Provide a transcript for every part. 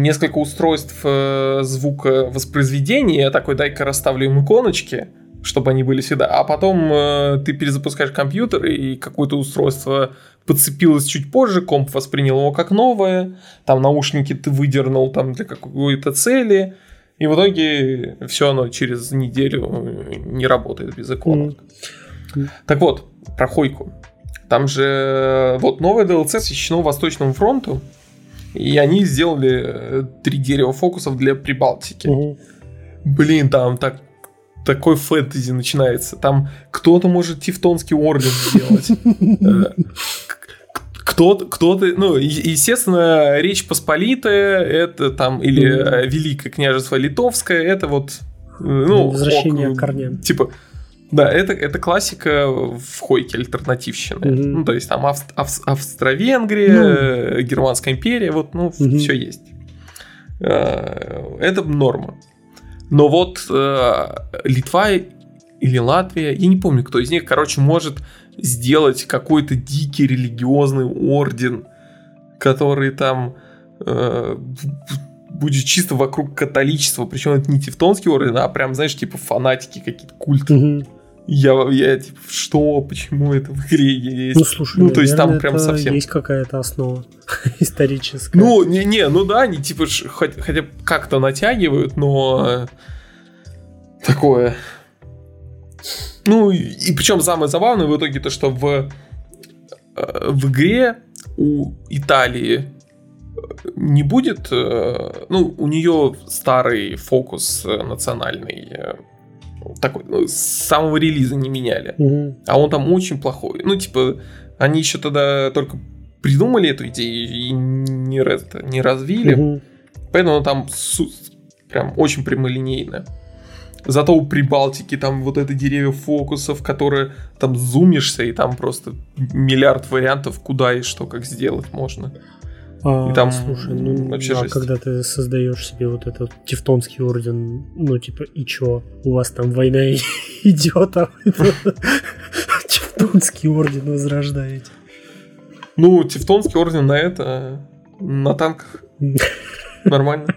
несколько устройств звуковоспроизведения. Я такой, дай-ка расставлю им иконочки, чтобы они были всегда. А потом ты перезапускаешь компьютер, и какое-то устройство подцепилось чуть позже, комп воспринял его как новое, там наушники ты выдернул там для какой-то цели, и в итоге все оно через неделю не работает без иконок. Так вот, про Хойку. Там же вот новое DLC посвящено Восточному фронту, и они сделали 3 дерева фокусов для Прибалтики. Блин, там такой фэнтези начинается. Там кто-то может Тевтонский орден сделать. Кто-то, ну, естественно, Речь Посполитая, это там, или Великое княжество Литовское, это вот, ну, возвращение к корням. Типа, да, это классика в Хойке альтернативщины. Ну, то есть там Австро-Венгрия, Германская империя, вот, ну, все есть. Это норма. Но вот Литва или Латвия, я не помню, кто из них, короче, может сделать какой-то дикий религиозный орден, который там будет чисто вокруг католичества, причем это не Тевтонский орден, а прям, знаешь, типа фанатики, какие-то культы. Я типа, что, почему это в игре есть? Ну, слушай, ну то есть там прям совсем... есть какая-то основа историческая. Ну, ну да, они типа хотя бы как-то натягивают, но такое... Ну, и причем самое забавное в итоге то, что в игре у Италии не будет... Ну, у нее старый фокус национальный... Такой, ну, с самого релиза не меняли. А он там очень плохой. Ну, типа, они еще тогда только придумали эту идею и не развили. Поэтому там прям очень прямолинейно. Зато у Прибалтики там вот это деревья фокусов, которые там зумишься, и там просто миллиард вариантов, куда и что, как сделать можно. И там, слушай, ну, вообще жесть. Когда ты создаешь себе вот этот Тевтонский орден, ну, типа, и чё? У вас там война идет, а вы Тевтонский орден возрождаете. Ну, Тевтонский орден на танках. Нормально.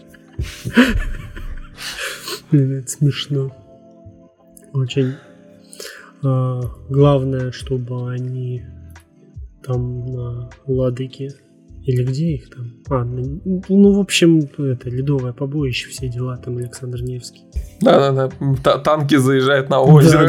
Блин, это смешно. Очень. Главное, чтобы они там на Ладыке. Или где их там? Ну, в общем, это Ледовое побоище, все дела, там Александр Невский. Да. Танки заезжают на озеро.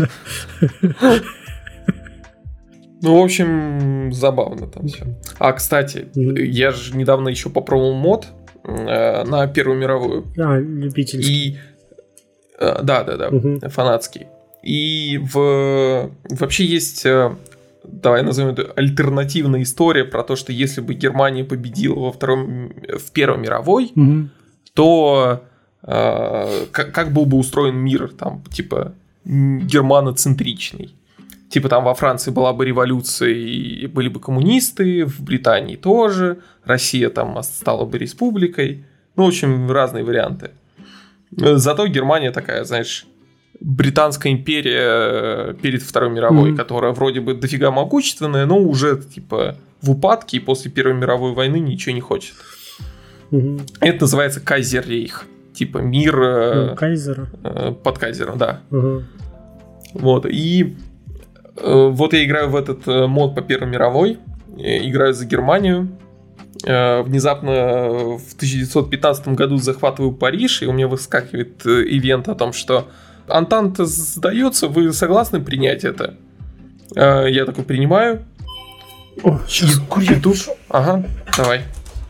Ну, в общем, забавно там все. А, кстати, я же недавно еще попробовал мод на Первую мировую. Любительский. Да, фанатский. И вообще есть... Давай назовем это альтернативная история про то, что если бы Германия победила в Первой мировой, то как был бы устроен мир, там, типа, германоцентричный. Типа, там во Франции была бы революция и были бы коммунисты, в Британии тоже, Россия там стала бы республикой. Ну, в общем, разные варианты. Зато Германия такая, знаешь... Британская империя перед Второй мировой, которая вроде бы дофига могущественная, но уже типа в упадке и после Первой мировой войны ничего не хочет. Это называется Кайзеррейх. Типа мир Кайзера. Под Кайзером, да. Вот. И вот я играю в этот мод по Первой мировой, играю за Германию. Внезапно в 1915 году захватываю Париж, и у меня выскакивает ивент о том, что Антанта сдается, вы согласны принять это? Я такой принимаю. О, сейчас курьер пришел. Ага, давай.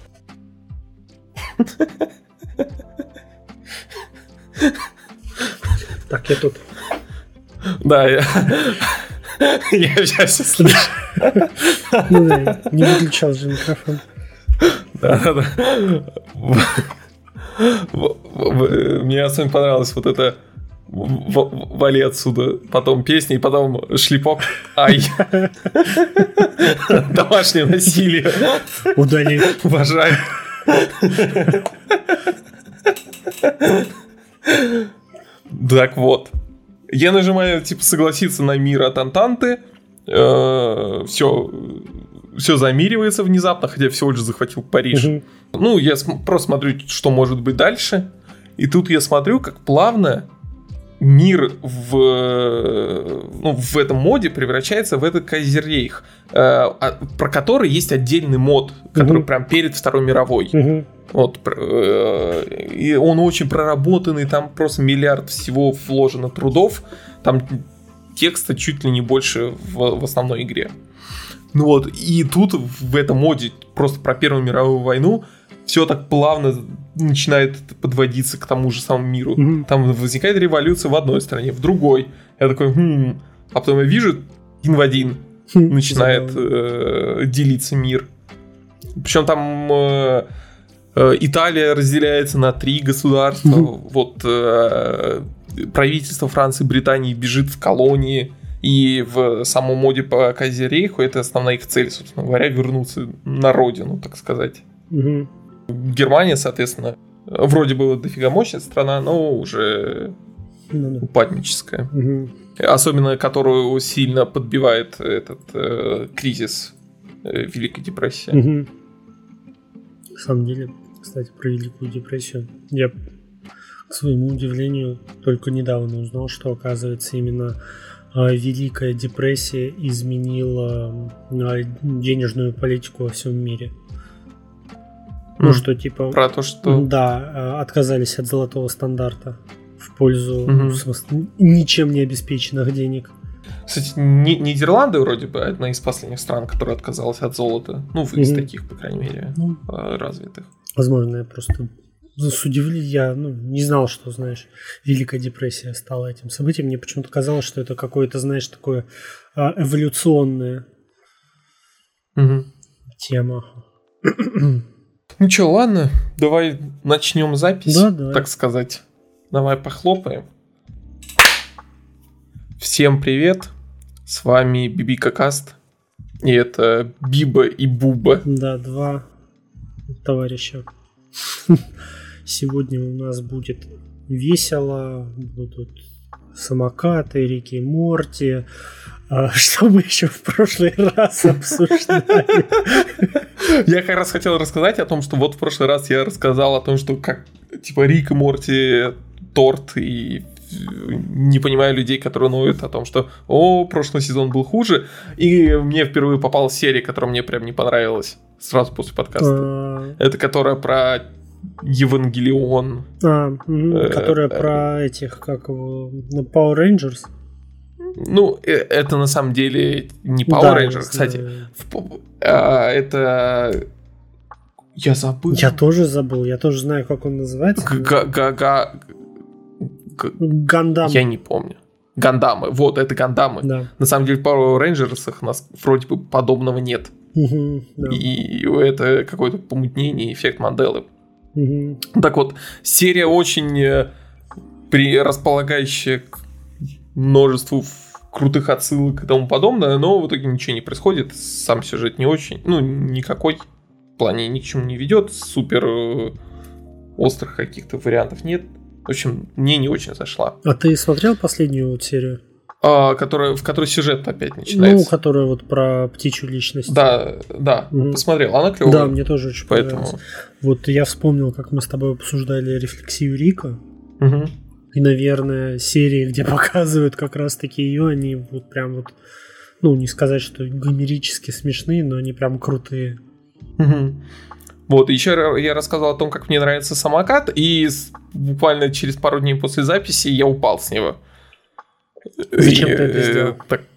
Так, я тут. Да, я сейчас слышу. Ну да, не выключал же микрофон. Да. Мне особенно понравилось вот это «Вали отсюда», потом песня, и потом шлепок. Ай. Домашнее насилие. Удали. Уважаю. Так вот. Я нажимаю, типа, согласиться на мир от Антанты. Все замиривается внезапно, хотя всего лишь захватил Париж. Ну, я просто смотрю, что может быть дальше. И тут я смотрю, как плавно мир в этом моде превращается в этот Кайзеррейх, про который есть отдельный мод, который прям перед Второй мировой. Вот, и он очень проработанный, там просто миллиард всего вложено трудов, там текста чуть ли не больше в основной игре. Ну вот, и тут в этом моде просто про Первую мировую войну все так плавно начинает подводиться к тому же самому миру. Там возникает революция в одной стране, в другой. Я такой, а потом я вижу, один в один начинает делиться мир. Причем там Италия разделяется на 3 государства. Вот правительство Франции и Британии бежит в колонии. И в самом моде по Кайзеррейху это основная их цель, собственно говоря, вернуться на родину, так сказать. Германия, соответственно, вроде бы дофига мощная страна, но уже упадническая. Особенно которую сильно подбивает этот кризис Великой депрессии. На самом деле, кстати, про Великую депрессию я, к своему удивлению, только недавно узнал, что, оказывается, именно Великая депрессия изменила денежную политику во всем мире. Ну, что типа... Про то, что... Да, отказались от золотого стандарта в пользу ничем не обеспеченных денег. Кстати, Нидерланды вроде бы одна из последних стран, которая отказалась от золота. Ну, из таких, по крайней мере, развитых. Возможно, я просто с удивлением, я не знал, что, знаешь, Великая депрессия стала этим событием. Мне почему-то казалось, что это какое-то, знаешь, такое эволюционная тема. Ну что, ладно, давай начнем запись, так сказать. Давай похлопаем. Всем привет, с вами Бибика Каст, и это Биба и Буба. Да, 2 товарища. Сегодня у нас будет весело, будут самокаты, Рик и Морти. Что мы еще в прошлый раз обсуждали? Я как раз хотел рассказать о том, что вот в прошлый раз я рассказал о том, что как типа Рик и Морти торт, и не понимаю людей, которые ноют о том, что прошлый сезон был хуже, и мне впервые попалась серия, которая мне прям не понравилась сразу после подкаста. Это которая про Евангелион. Которая про этих, как его, Power Rangers. Ну, это на самом деле не Power Rangers, кстати. Это... Я забыл. Я тоже забыл, я тоже знаю, как он называется. Гандам. Я не помню. Гандамы, вот, это Гандамы. Да. На самом деле в Power Rangers у нас вроде бы подобного нет. И это какое-то помутнение, эффект Манделы. Так вот, серия очень располагающая к множеству крутых отсылок и тому подобное, но в итоге ничего не происходит, сам сюжет не очень, никакой, в плане ни к чему не ведет, супер острых каких-то вариантов нет. В общем, мне не очень зашла. А ты смотрел последнюю серию? В которой сюжет опять начинается. Которая вот про птичью личность. Да, посмотрел, она клевая. Да, мне тоже очень понравилось. Вот я вспомнил, как мы с тобой обсуждали рефлексию Рика. И, наверное, серии, где показывают как раз-таки ее, они вот прям вот, не сказать, что гомерически смешные, но они прям крутые. Вот, еще я рассказал о том, как мне нравится самокат, и буквально через пару дней после записи я упал с него. Зачем ты это сделал?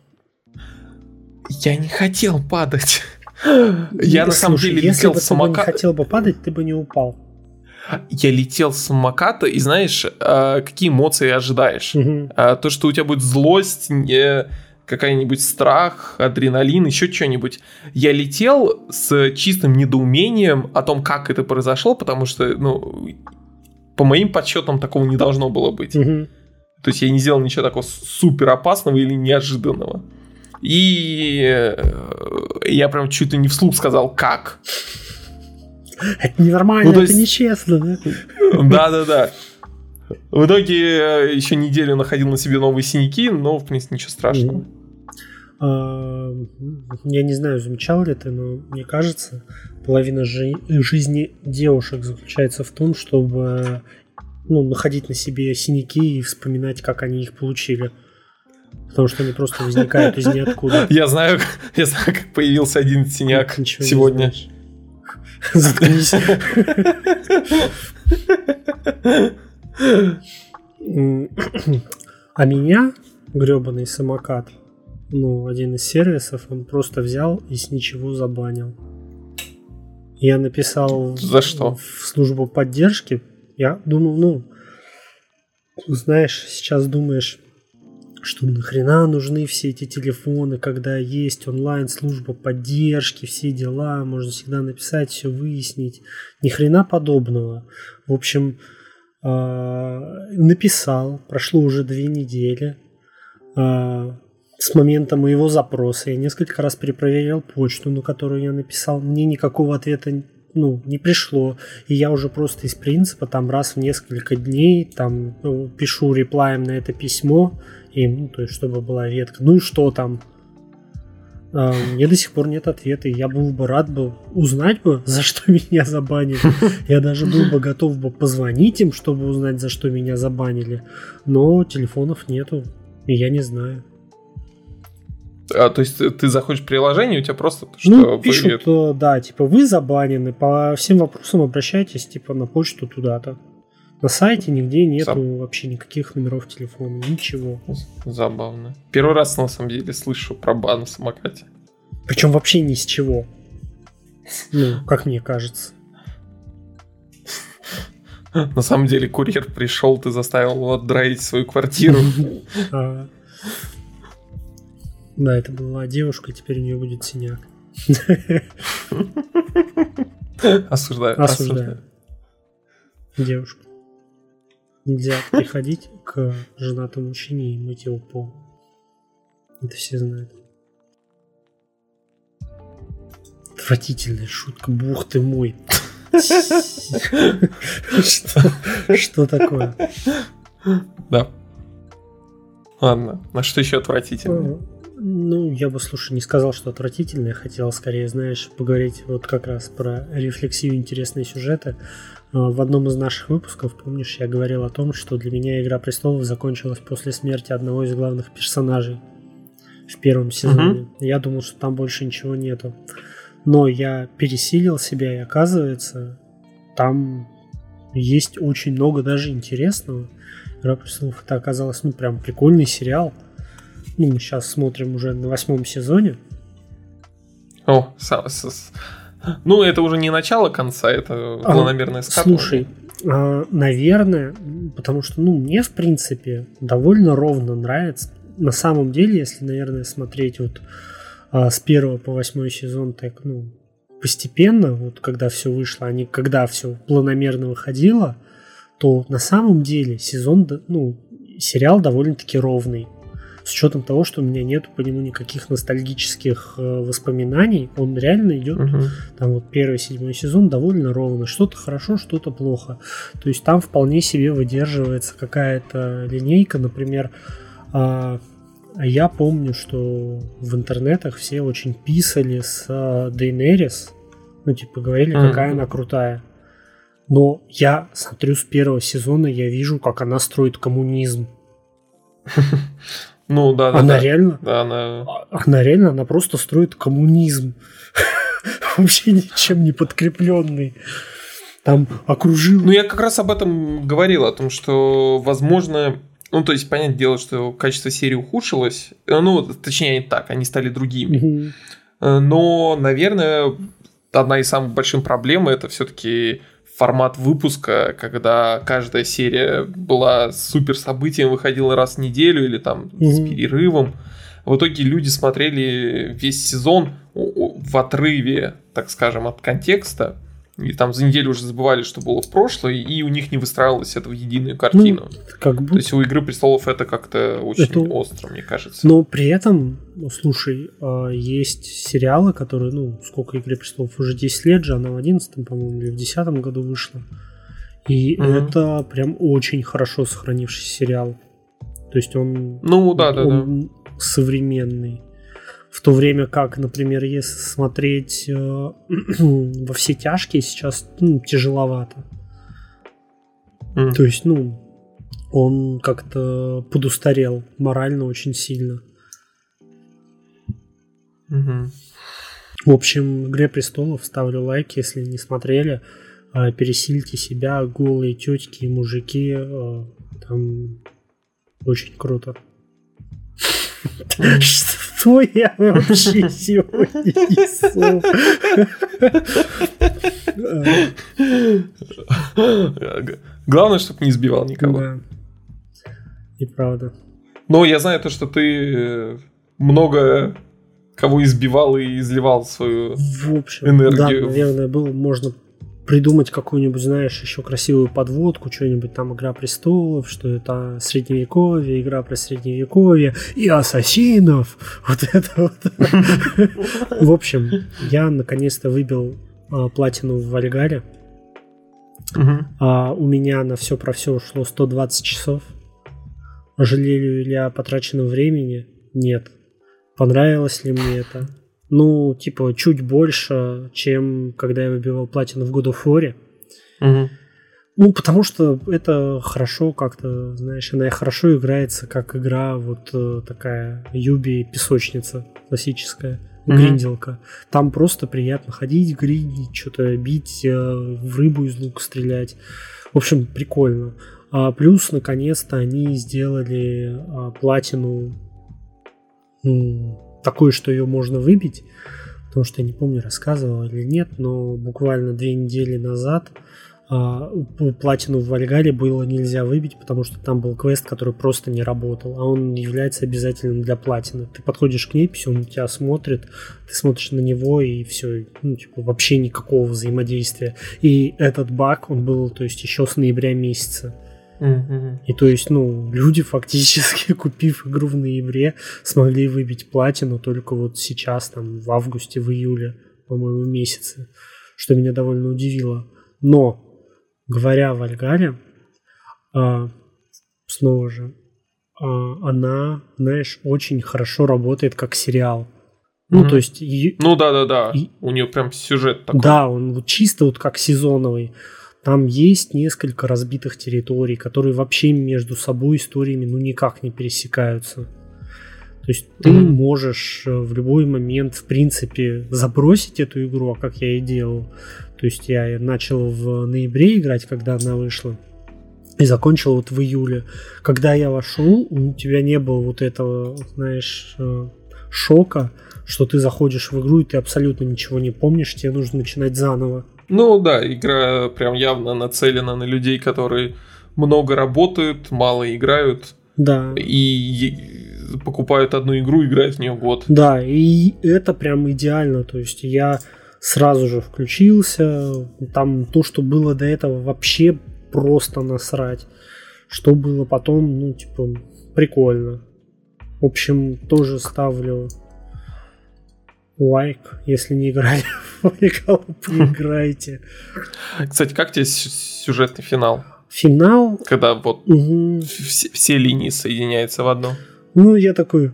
Я не хотел падать. Я на самом деле летел с самоката. Если бы ты не хотел бы падать, ты бы не упал. Я летел с самоката, и знаешь, какие эмоции ожидаешь? То, что у тебя будет злость, какая-нибудь страх, адреналин, еще что-нибудь. Я летел с чистым недоумением о том, как это произошло, потому что, по моим подсчетам, такого не должно было быть. То есть я не сделал ничего такого супер опасного или неожиданного. И я прям чуть ли не вслух сказал, как. Это ненормально, это нечестно, да? Да. В итоге еще неделю находил на себе новые синяки, но, в принципе, ничего страшного. я не знаю, замечал ли ты, но мне кажется, половина жизни девушек заключается в том, чтобы находить на себе синяки и вспоминать, как они их получили. Потому что они просто возникают из ниоткуда. Я знаю, как появился один синяк сегодня. Заткнись. А меня гребаный самокат, один из сервисов, он просто взял и с ничего забанил. Я написал за что? В службу поддержки. Я думал, знаешь, сейчас думаешь, что нахрена нужны все эти телефоны, когда есть онлайн-служба поддержки, все дела, можно всегда написать, все выяснить. Ни хрена подобного. В общем, написал, прошло уже 2 недели. С момента моего запроса я несколько раз перепроверял почту, на которую я написал. Мне никакого ответа не пришло. И я уже просто из принципа там раз в несколько дней там пишу реплаем на это письмо им, то есть чтобы была ветка. Ну и что там? Мне до сих пор нет ответа. И я был бы рад узнать за что меня забанили. Я даже был бы готов позвонить им, чтобы узнать, за что меня забанили. Но телефонов нету. И я не знаю. То есть ты заходишь в приложение, у тебя просто что пишут, да, типа вы забанены, по всем вопросам обращайтесь, типа на почту туда-то. На сайте нигде нету вообще никаких номеров телефона, ничего. Забавно. Первый раз на самом деле слышу про бан в самокате. Причем вообще ни с чего. Как мне кажется. На самом деле курьер пришел, ты заставил его отдраить свою квартиру. Да, это была девушка, теперь у нее будет синяк. Осуждаю. Девушка. Нельзя приходить к женатому мужчине и мыть его пол. Это все знают. Отвратительная шутка, бог ты мой. Что такое? Да. Ладно, а что еще отвратительное? Я бы, не сказал, что отвратительное. Я хотел скорее, поговорить вот как раз про рефлексию, интересные сюжеты. В одном из наших выпусков, помнишь, я говорил о том, что для меня «Игра престолов» закончилась после смерти одного из главных персонажей в первом сезоне. Я думал, что там больше ничего нету. Но я пересилил себя, и оказывается, там есть очень много даже интересного. «Игра престолов» это оказалось, прям прикольный сериал. Мы сейчас смотрим уже на 8 сезоне. Это уже не начало конца, это планомерная скатывание. Слушай, наверное, потому что, мне, в принципе, довольно ровно нравится. На самом деле, если, наверное, смотреть с 1 по 8 сезон так, постепенно, когда все вышло, а не когда все планомерно выходило, то на самом деле сериал довольно-таки ровный. С учетом того, что у меня нету по нему никаких ностальгических воспоминаний, он реально идет, там 1-7 сезон довольно ровно. Что-то хорошо, что-то плохо. То есть там вполне себе выдерживается какая-то линейка. Например, я помню, что в интернетах все очень писали с Дейенерис, говорили, какая она крутая. Но я смотрю с 1 сезона, я вижу, как она строит коммунизм. Она реально, она просто строит коммунизм. Вообще ничем не подкрепленный. Там окружил. Я как раз об этом говорил, о том, что, возможно, понятное дело, что качество серии ухудшилось. Точнее, не так, они стали другими. Но, наверное, одна из самых больших проблем — это все-таки формат выпуска, когда каждая серия была супер событием, выходила раз в неделю или там с перерывом. В итоге люди смотрели весь сезон в отрыве, так скажем, от контекста. И там за неделю уже забывали, что было в прошлое, и у них не выстраивалось это в единую картину. То есть у «Игры престолов» это как-то очень остро, мне кажется. Но при этом, слушай, есть сериалы, которые, сколько «Игры престолов»? Уже 10 лет же, она в 11-м, по-моему, или в 10-м году вышла. И это прям очень хорошо сохранившийся сериал. То есть он, он современный. В то время как, например, если смотреть «Во все тяжкие», сейчас тяжеловато. То есть, он как-то подустарел морально очень сильно. В общем, «Игре престолов» ставлю лайк, если не смотрели. Пересильте себя, голые тетки и мужики. Там очень круто. Что я вообще сегодня несу? Главное, чтобы не сбивал никого. Да. И правда. Но я знаю то, что ты много кого избивал и изливал свою энергию. Да, наверное, можно придумать какую-нибудь, знаешь, еще красивую подводку, что-нибудь там «Игра престолов», что это средневековье, игра про средневековье и ассасинов. Вот это вот. В общем, я наконец-то выбил платину в Вальгале. У меня на все про все ушло 120 часов. Жалею ли я о потраченном времени? Нет. Понравилось ли мне это? Чуть больше, чем когда я выбивал платину в God of War. Потому что это хорошо как-то, знаешь, она хорошо играется, как игра вот такая Юби песочница классическая, гринделка. Там просто приятно ходить, гриндить, что-то бить, в рыбу из лука стрелять. В общем, прикольно. Плюс, наконец-то, они сделали платину такой, что ее можно выбить, потому что я не помню, рассказывал или нет, но буквально 2 недели назад платину в Вальгале было нельзя выбить, потому что там был квест, который просто не работал, а он является обязательным для платины. Ты подходишь к ней, он на тебя смотрит, ты смотришь на него, и все, вообще никакого взаимодействия. И этот баг, он был, то есть, еще с ноября месяца. И то есть, люди фактически, купив игру в ноябре, смогли выбить платину только вот сейчас, там, в августе, в июле, по-моему, месяце, что меня довольно удивило. Но, говоря о Вальгале, снова же, она, знаешь, очень хорошо работает как сериал. То есть... да. У нее прям сюжет такой. Да, он чисто вот как сезоновый. Там есть несколько разбитых территорий, которые вообще между собой историями никак не пересекаются. То есть ты можешь в любой момент, в принципе, забросить эту игру, как я и делал. То есть я начал в ноябре играть, когда она вышла, и закончил вот в июле. Когда я вошел, у тебя не было вот этого, знаешь, шока, что ты заходишь в игру, и ты абсолютно ничего не помнишь, тебе нужно начинать заново. Да, игра прям явно нацелена на людей, которые много работают, мало играют. Да. И покупают одну игру, играют в нее год. Да, и это прям идеально. То есть я сразу же включился. Там то, что было до этого, вообще просто насрать. Что было потом, прикольно. В общем, тоже ставлю лайк, если не играли в Вальгалу, поиграйте. Кстати, как тебе сюжетный финал? Финал? Когда вот все линии соединяются в одну. Я такой...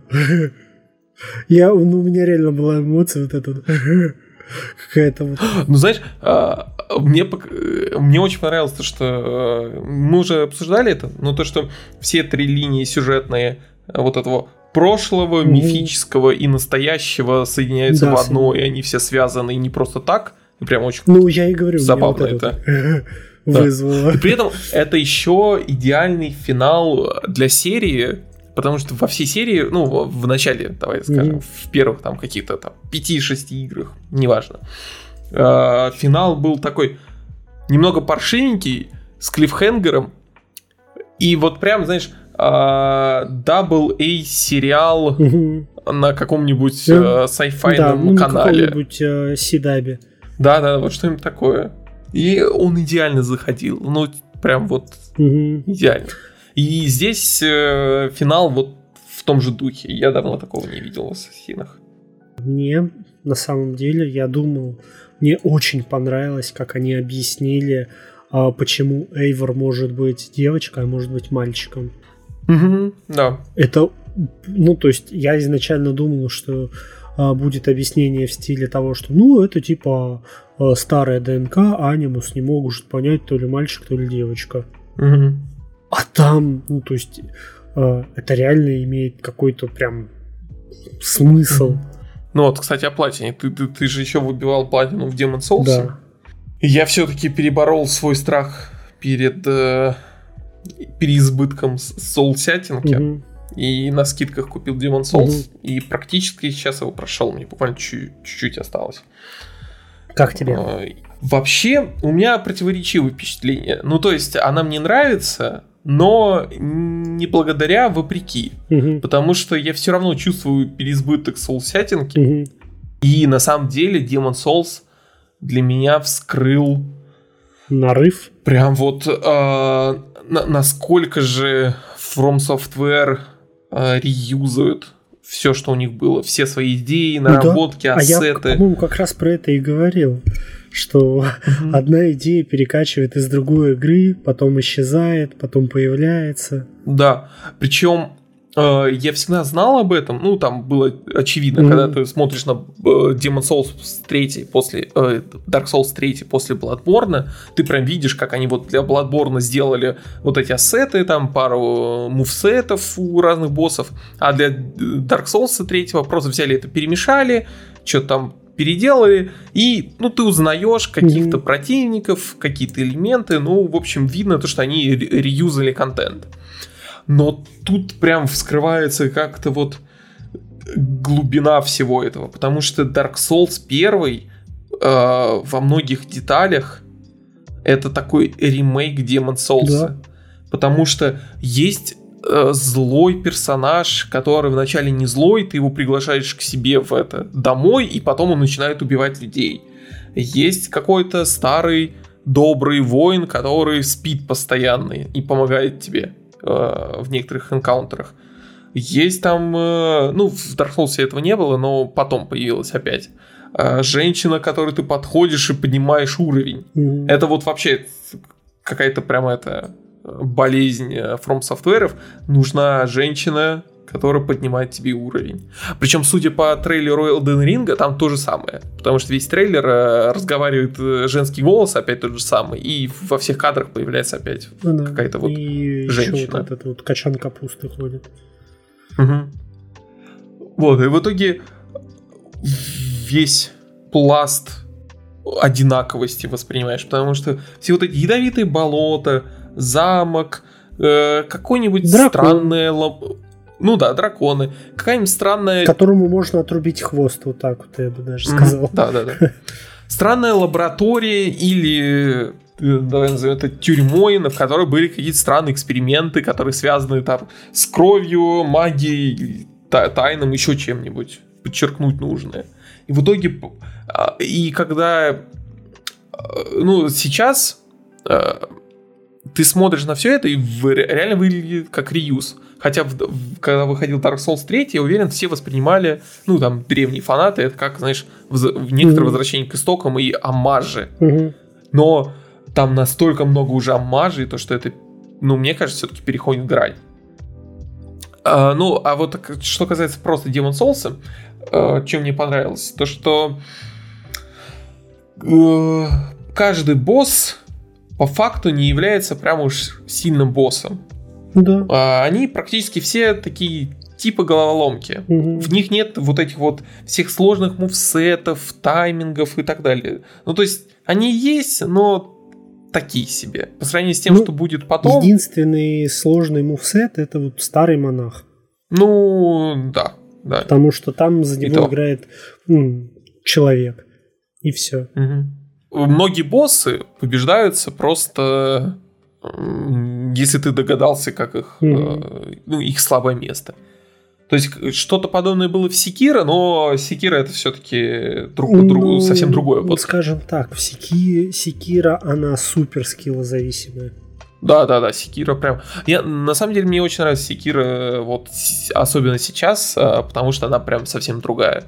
у меня реально была эмоция вот эта какая-то вот... Знаешь, мне очень понравилось то, что мы уже обсуждали это, но то, что все 3 линии сюжетные вот этого прошлого, мифического и настоящего соединяются в одно, и они все связаны, и не просто так, и прям очень я и говорю, забавно это вызвало. И при этом это еще идеальный финал для серии, потому что во всей серии, в начале, давай скажем, в первых там каких-то там 5-6 играх, неважно, финал был такой немного паршивенький, с клиффхенгером, и вот прям, знаешь, AA сериал на каком-нибудь сайфайном канале. На каком-нибудь Сидаби. Да, вот что-нибудь такое. И он идеально заходил. Прям вот идеально. И здесь финал вот в том же духе. Я давно такого не видел в «Ассасинах». Мне, на самом деле, мне очень понравилось, как они объяснили, почему Эйвор может быть девочкой, а может быть мальчиком. Да. Это, то есть я изначально думал, что будет объяснение в стиле того, что это типа старая ДНК, анимус не может понять, то ли мальчик, то ли девочка. Угу. А там, то есть это реально имеет какой-то прям смысл. Ну вот, кстати, о платине. Ты же еще выбивал платину в Demon's Souls. Да. Я все-таки переборол свой страх перед переизбытком соулсятинки. Угу. И на скидках купил Demon's Souls. И практически сейчас его прошел. Мне буквально чуть-чуть осталось. Как тебе? Вообще, у меня противоречивые впечатления. Ну, то есть, она мне нравится, но не благодаря, вопреки. Потому что я все равно чувствую переизбыток соулсятинки. И на самом деле Demon's Souls для меня вскрыл нарыв. Прям вот насколько же From Software реюзают все, что у них было, все свои идеи, наработки, ассеты. Я, по-моему, как раз про это и говорил, что одна идея перекачивает из другой игры, потом исчезает, потом появляется. Да, причем я всегда знал об этом, ну, там было очевидно, когда ты смотришь на Demon's Souls 3 после Dark Souls 3 после Bloodborne, ты прям видишь, как они вот для Bloodborne сделали вот эти ассеты, там пару мувсетов у разных боссов, а для Dark Souls 3 просто взяли это, перемешали, что-то там переделали, и, ты узнаешь каких-то противников, какие-то элементы, в общем, видно то, что они реюзали контент. Но тут прям вскрывается как-то вот глубина всего этого, потому что Dark Souls 1 во многих деталях это такой ремейк Demon's Souls. Да. Потому что есть злой персонаж, который вначале не злой, ты его приглашаешь к себе домой, и потом он начинает убивать людей. Есть какой-то старый добрый воин, который спит постоянно и помогает тебе в некоторых энкаунтерах. Есть там, в Dark Souls этого не было, но потом появилась опять женщина, к которой ты подходишь и поднимаешь уровень. Это вот вообще какая-то прямо болезнь From Software. Нужна женщина, которая поднимает тебе уровень. Причем, судя по трейлеру Elden Ring, там то же самое. Потому что весь трейлер разговаривает женский голос, опять тот же самый. И во всех кадрах появляется опять какая-то вот и женщина. И еще вот этот вот качан капусты ходит. Вот, и в итоге весь пласт одинаковости воспринимаешь. Потому что все вот эти ядовитые болота, замок, какой-нибудь странное... драконы. Какая-нибудь странная... Которому можно отрубить хвост, вот так вот, я бы даже сказал. Да. Странная лаборатория или, давай назовем это, тюрьмой, в которой были какие-то странные эксперименты, которые связаны там с кровью, магией, тайном, еще чем-нибудь. Подчеркнуть нужное. И в итоге... И когда... сейчас... Ты смотришь на все это и реально выглядит как реюз. Хотя, когда выходил Dark Souls 3, я уверен, все воспринимали, древние фанаты, это как, знаешь, некоторое возвращение к истокам и оммажи. Но там настолько много уже оммажей, то что это, мне кажется, все-таки переходит грань. А вот что касается просто Demon's Souls, чем мне понравилось, то что каждый босс по факту не является прям уж сильным боссом. Да. Они практически все такие типа головоломки. В них нет вот этих вот всех сложных мувсетов, таймингов и так далее. То есть они есть, но такие себе. По сравнению с тем, что будет потом. Единственный сложный мувсет — это вот старый монах. Да. Потому что там за него играет человек. И все. Многие боссы побеждаются просто, если ты догадался, как их слабое место. То есть что-то подобное было в Sekiro, но Sekiro это все-таки совсем другое. Вот скажем так, в Sekiro она супер скиллозависимая. Да, Sekiro прям. На самом деле мне очень нравится Sekiro, вот особенно сейчас, потому что она прям совсем другая.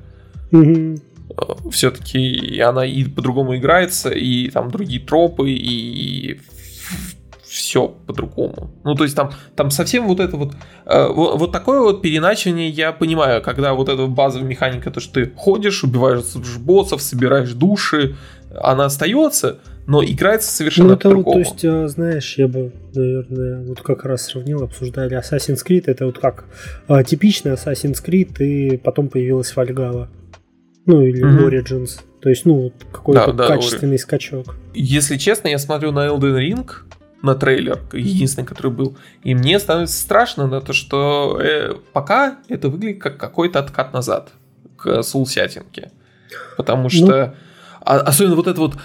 Все-таки она и по-другому играется, и там другие тропы, и все по-другому. Ну, то есть там совсем вот это вот такое вот переначивание я понимаю, когда вот эта базовая механика, то, что ты ходишь, убиваешь боссов, собираешь души, она остается, но играется совершенно по-другому. То есть, знаешь, я бы, наверное, вот как раз сравнил, обсуждали Assassin's Creed, это вот как типичный Assassin's Creed, и потом появилась Valhalla. Ну, или Origins. То есть, какой-то качественный скачок. Если честно, я смотрю на Elden Ring, на трейлер, единственный, который был, и мне становится страшно на то, что пока это выглядит как какой-то откат назад к соулсятинке. Потому что особенно вот это вот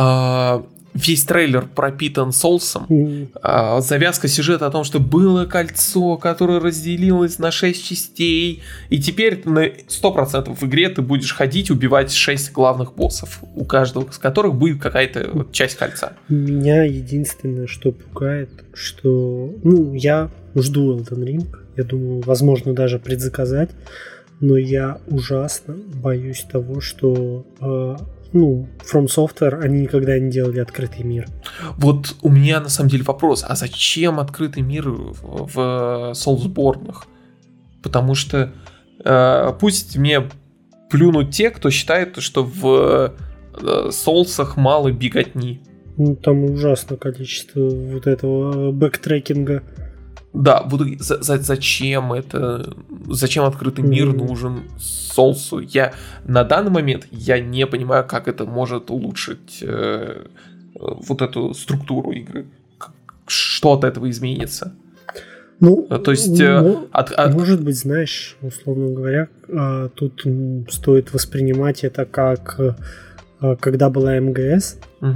весь трейлер пропитан соусом. Завязка сюжета о том, что было кольцо, которое разделилось на 6 частей, и теперь на 100% в игре ты будешь ходить, убивать 6 главных боссов, у каждого из которых будет какая-то часть кольца. Меня единственное, что пугает, что... я жду Elden Ring, я думаю, возможно, даже предзаказать, но я ужасно боюсь того, что... From Software, они никогда не делали открытый мир. Вот у меня на самом деле вопрос, а зачем открытый мир в Soulsborne? Потому что пусть мне плюнут те, кто считает, что в Souls'ах мало беготни. Там ужасное количество вот этого бэктрекинга. Да, зачем это? Зачем открытый мир нужен Соулсу? Я на данный момент я не понимаю, как это может улучшить вот эту структуру игры. Что от этого изменится? То есть, может быть, знаешь, условно говоря, тут стоит воспринимать это как когда была МГС.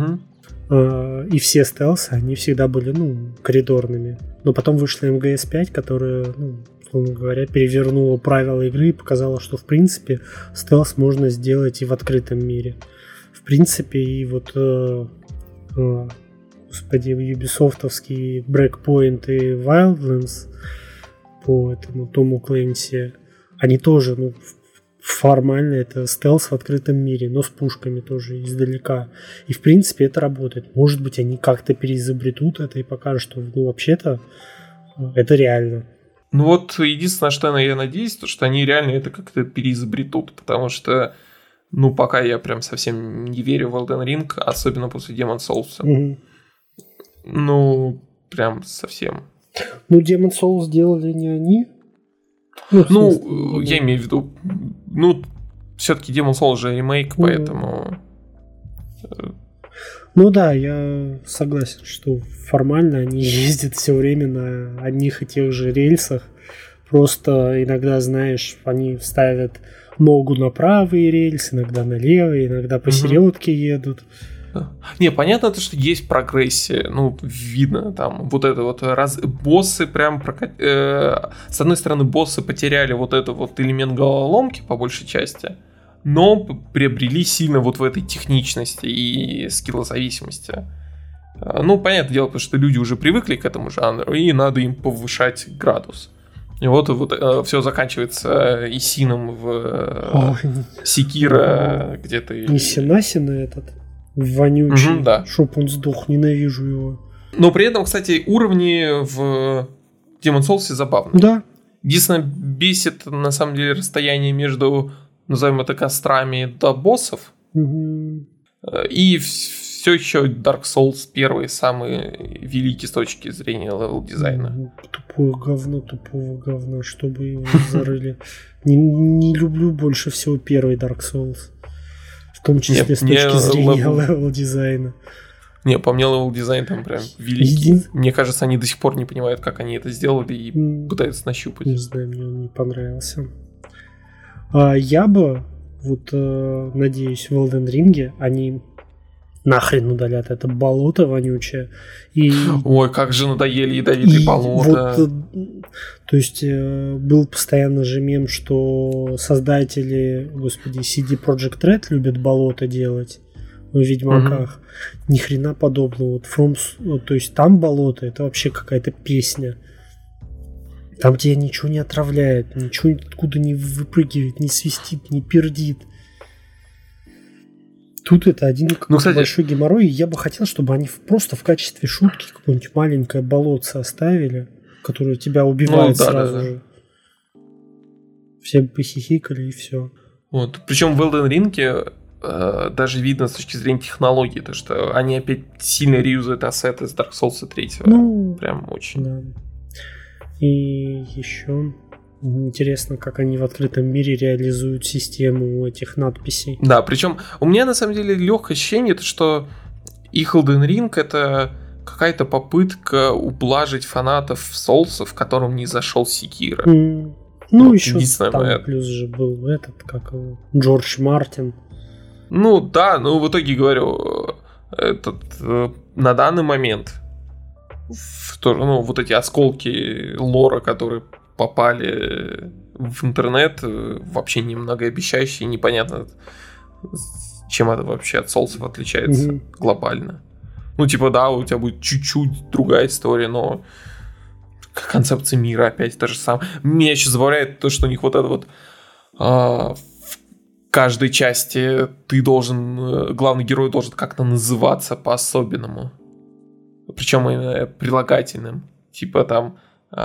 И все стелсы, они всегда были, коридорными. Но потом вышла МГС 5, которая, условно говоря, перевернула правила игры и показала, что, в принципе, стелс можно сделать и в открытом мире. В принципе, и вот, юбисофтовские Breakpoint и Wildlands по этому Тому Клэнси, они тоже, формально это стелс в открытом мире, но с пушками тоже издалека. И в принципе это работает. Может быть, они как-то переизобретут это и покажут, что вообще-то это реально. Единственное, что я надеюсь, то, что они реально это как-то переизобретут, потому что пока я прям совсем не верю в Elden Ring, особенно после Demon's Souls. Прям совсем. Demon's Souls сделали не они. Я имею в виду, все-таки Demon's Souls же ремейк, поэтому... Да, я согласен, что формально они ездят все время на одних и тех же рельсах. Просто иногда, знаешь, они ставят ногу на правый рельс, иногда на левый, иногда посередке едут. Не, понятно, что есть прогрессия, видно там вот это вот боссы прям с одной стороны боссы потеряли вот этот вот элемент головоломки по большей части, но приобрели сильно вот в этой техничности и скиллозависимости. Понятное дело, потому что люди уже привыкли к этому жанру, и надо им повышать градус. И вот все заканчивается Исином в Секиро где-то. Исинасина этот вонючий, чтоб он сдох, ненавижу его. Но при этом, кстати, уровни в Demon's Souls забавные. Да. Единственное, бесит на самом деле расстояние между, назовем это, кострами до боссов. И все еще Dark Souls первый самый великий с точки зрения левел-дизайна. Тупого говна, чтобы его зарыли. Не люблю больше всего первый Dark Souls. В том числе с точки зрения левел-дизайна. Не, по мне левел-дизайн там прям великий. Мне кажется, они до сих пор не понимают, как они это сделали и пытаются нащупать. Не знаю, мне он не понравился. Я бы, надеюсь, в Elden Ring они нахрен удалят это болото вонючее. Ой, как же надоели ядовитые болота. То есть был постоянно же мем, что создатели, CD Projekt Red любят болото делать в Ведьмаках. Ни хрена подобного. То есть там болото, это вообще какая-то песня. Там тебя ничего не отравляет, ничего откуда не выпрыгивает, не свистит, не пердит. Тут это один большой геморрой, и я бы хотел, чтобы они просто в качестве шутки какое-нибудь маленькое болотце оставили, которое тебя убивает сразу же. Все похихикали и все. Вот. Причем в Elden Ring даже видно с точки зрения технологии, то что они опять сильно реюзают ассеты из Dark Souls 3. Прям очень. Да. И еще интересно, как они в открытом мире реализуют систему этих надписей. Да, причем у меня на самом деле легкое ощущение, что их Elden Ring это какая-то попытка ублажить фанатов Соулсов, которым не зашел Секиро. Еще там плюс же был этот, как его, Джордж Мартин. В итоге говорю, на данный момент вот эти осколки лора, которые попали в интернет, вообще немногообещающие, непонятно, чем это вообще от Соулсов отличается глобально. У тебя будет чуть-чуть другая история, но концепция мира опять та же самая. Меня еще забавляет то, что у них вот это вот в каждой части главный герой должен как-то называться по-особенному. Причем именно прилагательным. Типа там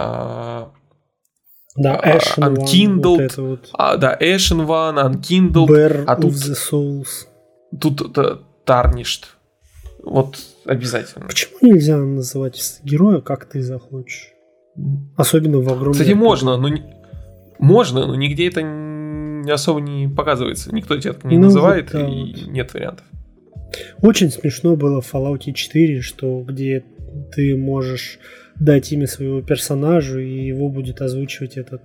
Unkindled. Ashen One, Unkindled. Bear of the Souls. Тут Tarnished. Вот обязательно. Почему нельзя называть героя, как ты захочешь? Особенно в огромном... Кстати, можно, но нигде это особо не показывается. Никто тебя так не называет, и нет вариантов. Очень смешно было в Fallout 4, где ты можешь дать имя своего персонажу, и его будет озвучивать этот,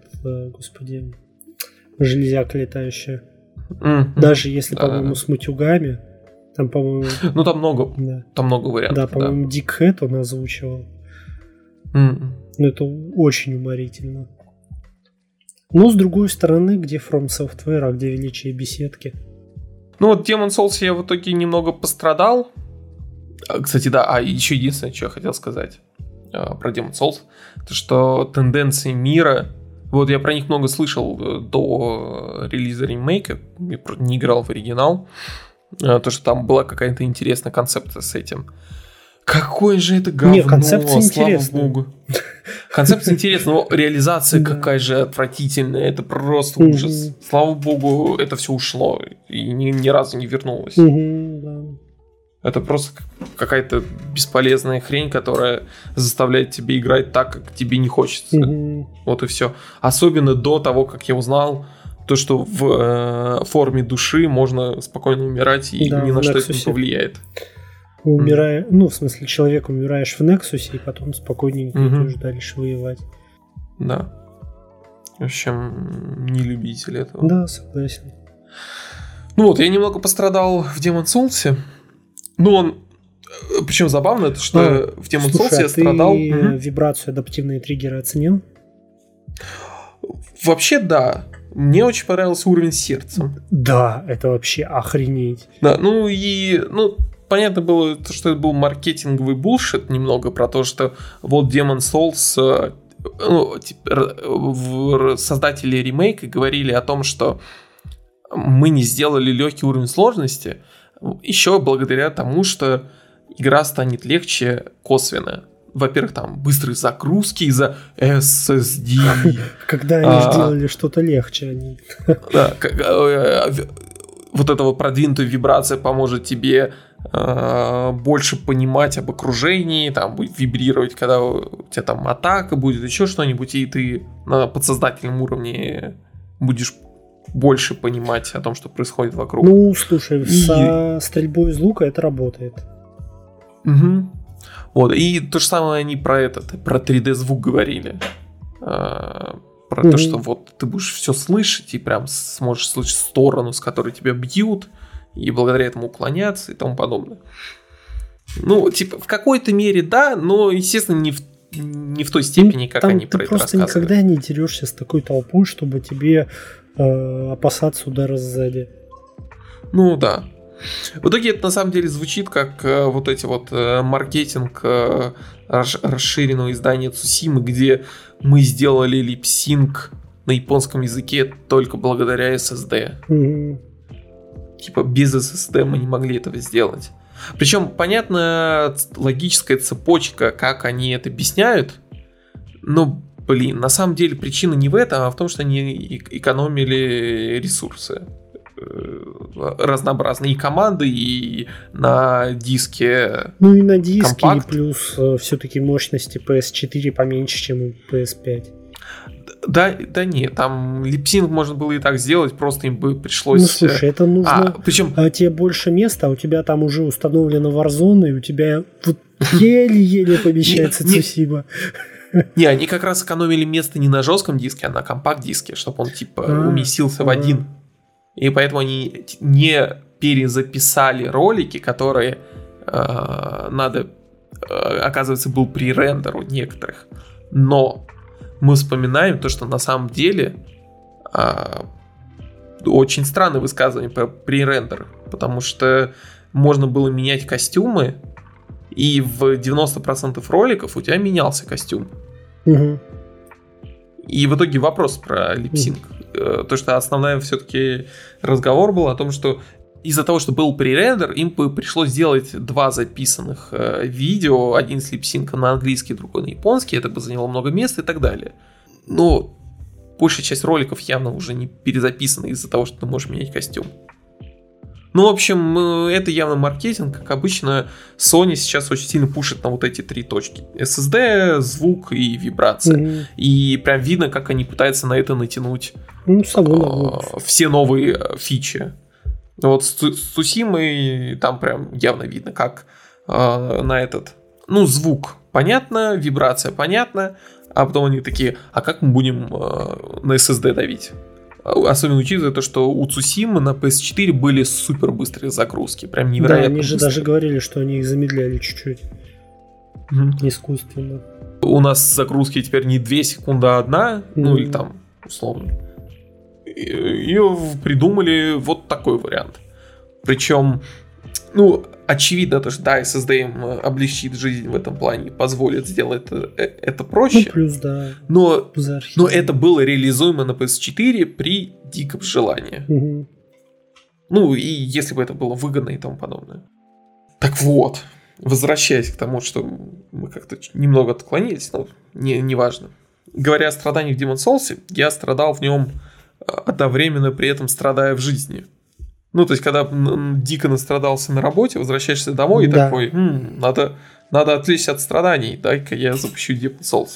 железяка летающая. Даже если, по-моему, с матюгами. Там, по-моему... там много вариантов. Да, по-моему, Дик Хэт он озвучивал. Это очень уморительно. Но, с другой стороны, где From Software, а где величие беседки? Demon Souls я в итоге немного пострадал. Кстати, да, еще единственное, что я хотел сказать про Demon Souls, то что тенденции мира, я про них много слышал до релиза ремейка, не играл в оригинал, то, что там была какая-то интересная концепция с этим. Какое же это говно, концепция слава интересная. богу. Концепция интересная, но реализация какая же отвратительная, это просто ужас. Слава богу, это все ушло и ни разу не вернулось. Это просто какая-то бесполезная хрень, которая заставляет тебя играть так, как тебе не хочется. Вот и все. Особенно до того, как я узнал то, что в форме души можно спокойно умирать и ни на что это не повлияет. Человек умираешь в Нексусе, и потом спокойненько идешь дальше воевать. Да. В общем, не любитель этого. Да, согласен. Я немного пострадал в Demon Souls. Причем забавно, это что в Demon Souls я страдал. Ты вибрацию адаптивные триггеры оценил? Вообще, да. Мне очень понравился уровень сердца. Да, это вообще охренеть. Да, понятно было, что это был маркетинговый булшит немного про то, что Demon Souls, создатели ремейка говорили о том, что мы не сделали легкий уровень сложности, еще благодаря тому, что игра станет легче косвенно. Во-первых, там быстрые загрузки из-за SSD. Когда они сделали что-то легче, они... Да, вот эта продвинутая вибрация поможет тебе больше понимать об окружении, там будет вибрировать, когда у тебя там атака будет, еще что-нибудь, и ты на подсознательном уровне будешь больше понимать о том, что происходит вокруг. Слушай, со стрельбой из лука это работает. И то же самое они про 3D-звук говорили. Про то, что ты будешь все слышать и прям сможешь слышать сторону, с которой тебя бьют, и благодаря этому уклоняться и тому подобное. В какой-то мере да, но, естественно, не в той степени, как они про это рассказывали. Ты просто никогда не дерешься с такой толпой, чтобы тебе опасаться удара сзади. Да. В итоге это на самом деле звучит как маркетинг расширенного издания Цусимы, где мы сделали липсинг на японском языке только благодаря SSD. типа без SSD мы не могли этого сделать. Причем, понятно, логическая цепочка, как они это объясняют, но, блин, на самом деле причина не в этом, а в том, что они экономили ресурсы разнообразные, и команды, и на диске. Ну и на диске, компакт. И плюс все-таки мощности PS4 поменьше, чем у PS5. Да нет, там липсинг можно было и так сделать, просто им бы пришлось... Ну слушай, это нужно... Причем... тебе больше места, а у тебя там уже установлена Warzone, и у тебя вот еле-еле помещается Цусима. Не, они как раз экономили место не на жестком диске, а на компакт-диске, чтобы он типа уместился в один. И поэтому они не перезаписали ролики, которые надо... Оказывается, был пререндер у некоторых. Но мы вспоминаем то, что на самом деле очень странное высказывание про пререндер, потому что можно было менять костюмы, и в 90% роликов у тебя менялся костюм. Угу. И в итоге вопрос про липсинг. То, что основной все-таки разговор был о том, что из-за того, что был пререндер, им пришлось сделать 2 записанных видео, один с липсинком на английский, другой на японский, это бы заняло много места и так далее. Но большая часть роликов явно уже не перезаписана из-за того, что ты можешь менять костюм. Ну, в общем, это явно маркетинг. Как обычно, Sony сейчас очень сильно пушит на вот эти 3 точки. SSD, звук и вибрация. Mm-hmm. И прям видно, как они пытаются на это натянуть все новые фичи. Вот с Цусимой там прям явно видно, как на этот... Ну, звук понятно, вибрация понятно, а потом они такие, а как мы будем на SSD давить? Особенно учитывая то, что у Цусимы на PS4 были супер быстрые загрузки. Прям невероятно. Да, они же быстрые. даже говорили, что они их замедляли чуть-чуть. Искусственно. У нас загрузки теперь не 2 секунды, а 1, ну или там условно. И придумали вот такой вариант. Причем, ну, очевидно, то, что да, SSD им облегчит жизнь в этом плане, позволит сделать это проще. Ну, плюс, да. Но это было реализуемо на PS4 при диком желании. Угу. Ну, и если бы это было выгодно и тому подобное. Так вот, возвращаясь к тому, что мы как-то немного отклонились, но неважно. Говоря о страданиях в Demon's Souls, я страдал в нем одновременно, при этом страдая в жизни. Ну, то есть, когда дико настрадался на работе, возвращаешься домой и такой, надо отвлечься от страданий, дай-ка я запущу Demon's Souls.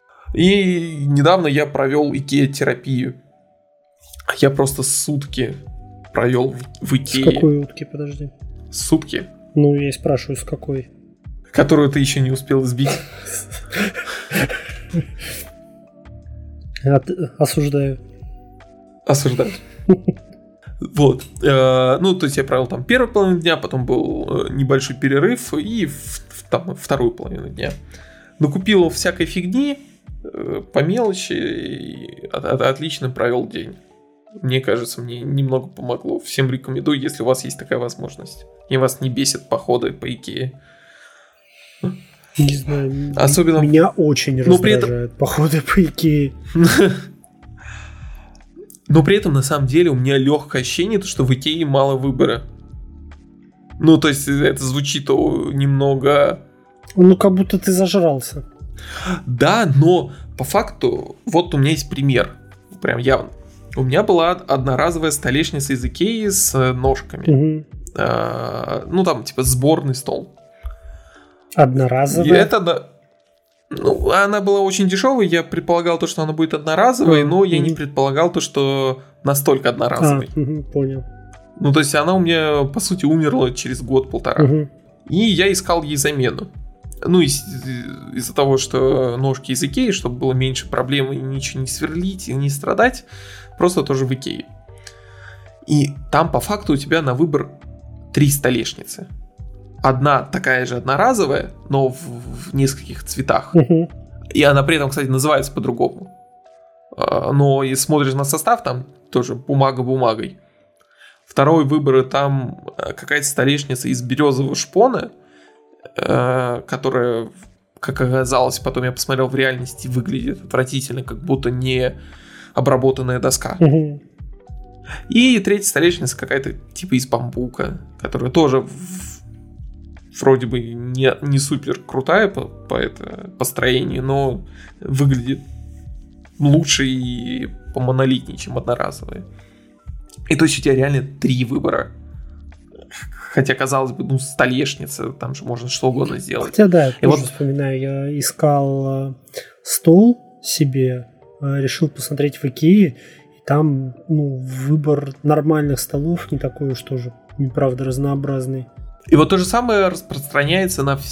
И недавно я провел IKEA-терапию. Я просто сутки провел в IKEA. С какой утки, подожди? Сутки. Ну, я и спрашиваю, с какой? Которую ты еще не успел сбить. Осуждаю. Осуждаю. Вот. Ну, то есть я провел там первую половину дня, потом был небольшой перерыв и там вторую половину дня. Накупил всякой фигни по мелочи и отлично провел день. Мне кажется, мне немного помогло. Всем рекомендую, если у вас есть такая возможность. И вас не бесит походы по Икее. Не знаю. Особенно... Меня очень раздражают походы по Икее. Но при этом, на самом деле, у меня легкое ощущение, что в Икее мало выбора. Ну, то есть, это звучит немного... Ну, как будто ты зажрался. Да, но по факту, вот у меня есть пример. Прям явно. У меня была одноразовая столешница из Икеи с ножками. Угу. Ну, там, типа, сборный стол. Одноразовая? И это... Ну, она была очень дешевой, я предполагал то, что она будет одноразовой, но я не предполагал то, что настолько одноразовой. Понял. Ну, то есть она у меня, по сути, умерла через год-полтора. И я искал ей замену. Ну, из-за того, что ножки из Икеи, чтобы было меньше проблем и ничего не сверлить и не страдать, просто тоже в Икее. И там, по факту, у тебя на выбор 3 столешницы. Одна такая же одноразовая, но в нескольких цветах. И она при этом, кстати, называется по-другому. Но если смотришь на состав, там тоже бумага бумагой. Второй выбор, там какая-то столешница из березового шпона, которая, как оказалось, потом я посмотрел в реальности, выглядит отвратительно, как будто не обработанная доска. И третья столешница какая-то типа из бамбука, которая тоже вроде бы не супер крутая по строению, но выглядит лучше и помонолитнее, чем одноразовая. И то есть у тебя реально 3 выбора. Хотя, казалось бы, столешница, там же можно что угодно сделать. Хотя, да, я тоже вспоминаю, я искал стол себе, решил посмотреть в Икее, и там, выбор нормальных столов не такой уж тоже, неправда, разнообразный. И вот то же самое распространяется на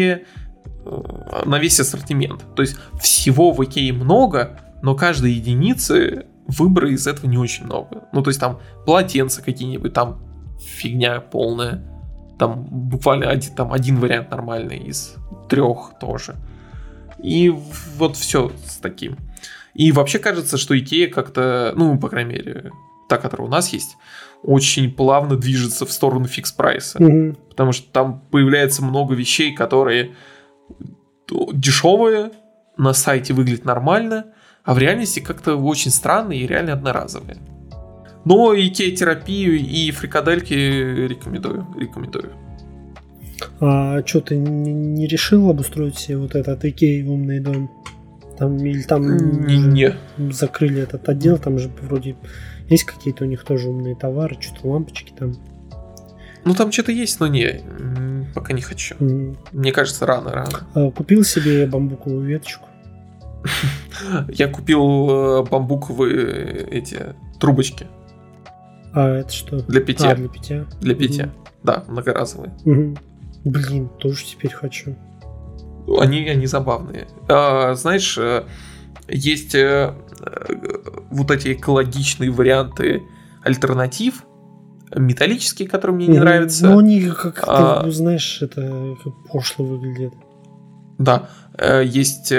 весь ассортимент. То есть всего в Икее много, но каждой единицы выбора из этого не очень много. То есть там полотенца какие-нибудь, там фигня полная. Там буквально один вариант нормальный из 3 тоже. И вот все с таким. И вообще кажется, что Икея как-то, по крайней мере, та, которая у нас есть, очень плавно движется в сторону фикс-прайса. Потому что там появляется много вещей, которые дешевые, на сайте выглядят нормально, а в реальности как-то очень странные и реально одноразовые. Но Икея-терапию и фрикадельки рекомендую. А что, ты не решил обустроить себе вот этот Икея умный дом? Или там не. Закрыли этот отдел, там же вроде есть какие-то у них тоже умные товары, что-то лампочки там. Там что-то есть, но пока не хочу. Мне кажется, рано. Купил себе бамбуковую веточку? Я купил бамбуковые эти трубочки. А это что? Для питья. Для питья? Для питья, да, многоразовые. Блин, тоже теперь хочу. Они забавные. Знаешь, есть вот эти экологичные варианты альтернатив, металлические, которые мне не нравятся. Они как-то, знаешь, это пошло выглядит. Да, есть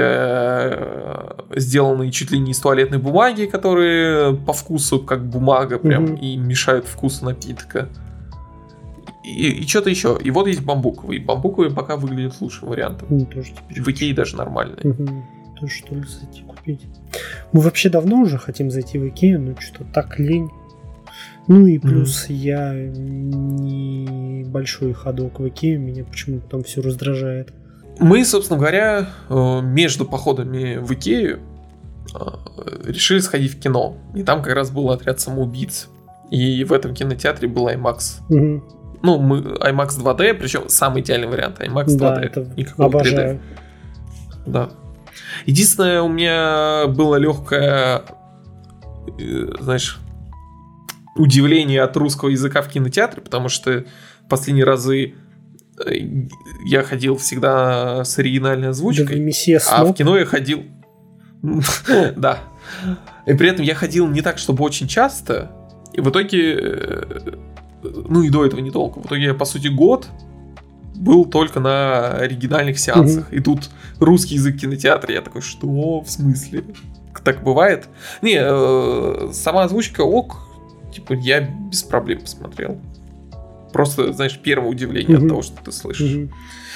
сделанные чуть ли не из туалетной бумаги, которые по вкусу как бумага прям и мешают вкусу напитка. И что-то еще. И вот есть бамбуковые. Бамбуковые пока выглядят лучшим вариантом. Тоже теперь в Икее даже нормальные. Тоже что ли зайти купить. Мы вообще давно уже хотим зайти в Икею, но что-то так лень. И плюс я не большой ходок в Икею, меня почему-то там все раздражает. Мы, собственно говоря, между походами в Икею решили сходить в кино. И там как раз был «Отряд самоубийц». И в этом кинотеатре был IMAX. Мы IMAX 2D, причем самый идеальный вариант IMAX 2D. Никакого обожаю. 3D. Да. Единственное, у меня было легкое, знаешь, удивление от русского языка в кинотеатре, потому что в последние разы я ходил всегда с оригинальной озвучкой, а в кино я ходил... Да. И при этом я ходил не так, чтобы очень часто, и в итоге... и до этого недолго. В итоге я, по сути, год был только на оригинальных сеансах. И тут русский язык в кинотеатре. Я такой, что? В смысле? Так бывает? Сама озвучка ок. Типа, я без проблем посмотрел. Просто, знаешь, первое удивление от того, что ты слышишь.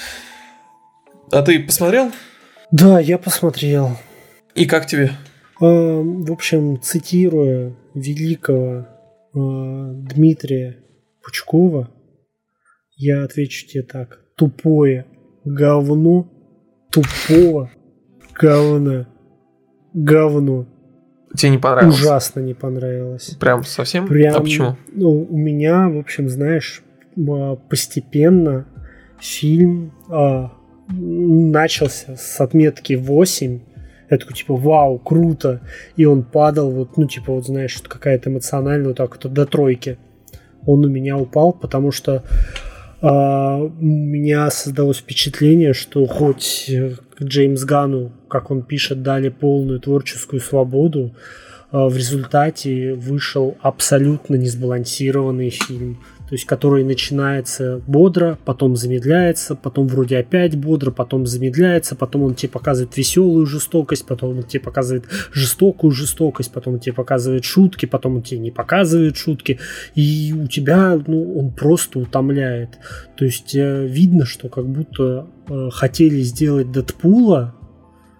А ты посмотрел? Да, я посмотрел. И как тебе? В общем, цитируя великого Дмитрия Пучкова, я отвечу тебе так: тупое говно, тупого говна, говно. Тебе не понравилось? Ужасно не понравилось. Прям совсем? Прям, а почему? У меня, в общем, знаешь, постепенно фильм начался с отметки 8. Я такой, типа, вау, круто. И он падал, знаешь, какая-то эмоциональная, вот так вот до 3. Он у меня упал, потому что у меня создалось впечатление, что хоть Джеймс Ганну, как он пишет, дали полную творческую свободу, в результате вышел абсолютно несбалансированный фильм. То есть, который начинается бодро, потом замедляется, потом вроде опять бодро, потом замедляется, потом он тебе показывает веселую жестокость, потом он тебе показывает жестокую жестокость, потом он тебе показывает шутки, потом он тебе не показывает шутки, и у тебя, он просто утомляет. То есть, видно, что как будто хотели сделать Дэдпула,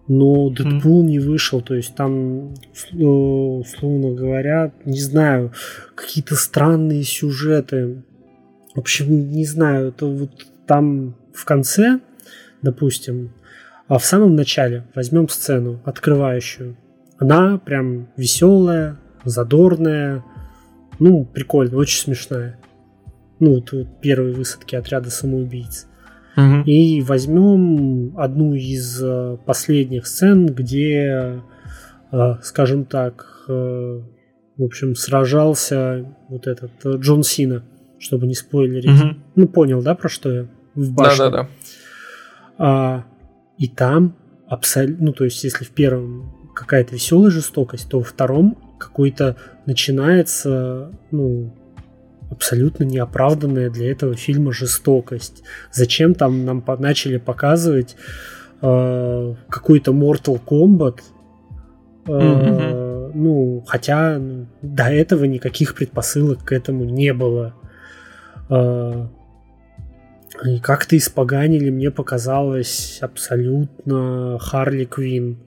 но Дэдпул не вышел, то есть там, условно говоря, не знаю, какие-то странные сюжеты. В общем, не знаю, это вот там в конце, допустим, а в самом начале возьмем сцену открывающую. Она прям веселая, задорная, ну, прикольная, очень смешная. Ну, вот первые высадки отряда самоубийц. И возьмем одну из последних сцен, где, скажем так, в общем, сражался вот этот Джон Сина, чтобы не спойлерить. Ну, понял, да, про что я? В башне. Да. И там абсолютно, ну, то есть, если в первом какая-то веселая жестокость, то во втором какой-то начинается, ну, абсолютно неоправданная для этого фильма жестокость. Зачем там нам начали показывать какой-то Mortal Kombat? Ну, хотя до этого никаких предпосылок к этому не было. И как-то испоганили, мне показалось, абсолютно Харли Квинн.